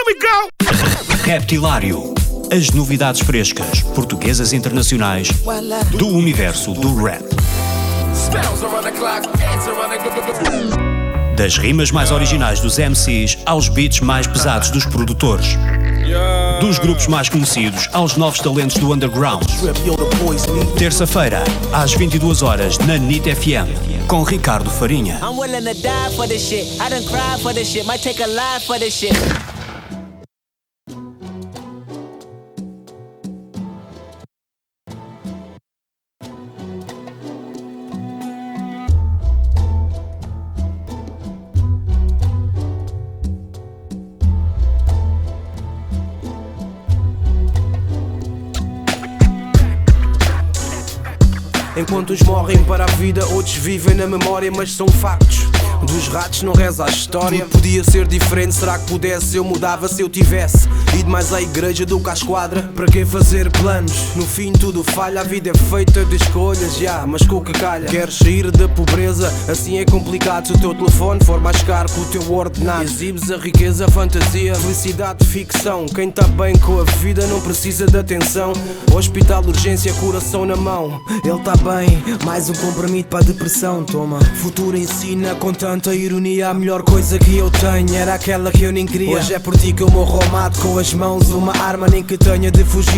Here we go! Reptilário. As novidades frescas, portuguesas e internacionais, do universo do rap. Das rimas mais originais dos MCs aos beats mais pesados dos produtores. Dos grupos mais conhecidos aos novos talentos do underground. Terça-feira, às 22 horas, na NIT FM, com Ricardo Farinha. I'm willing to die for this shit. I done cried for this shit. Might take a life for this shit. Enquanto uns morrem para a vida, outros vivem na memória, mas são factos. Dos ratos não reza a história. Tudo podia ser diferente, será que pudesse? Eu mudava se eu tivesse ido mais à igreja do que à esquadra. Para que fazer planos? No fim tudo falha, a vida é feita de escolhas, mas com o que calha. Queres sair da pobreza? Assim é complicado. Se o teu telefone for mais caro que o teu ordenado, exibes a riqueza, a fantasia, felicidade, ficção. Quem tá bem com a vida não precisa de atenção. Hospital, urgência, coração na mão. Ele tá bem, mais um comprimido para a depressão. Toma, futuro ensina com tanta ironia. A melhor coisa que eu tenho era aquela que eu nem queria. Hoje é por ti que eu morro ao mato com as mãos, uma arma nem que tenha de fugir.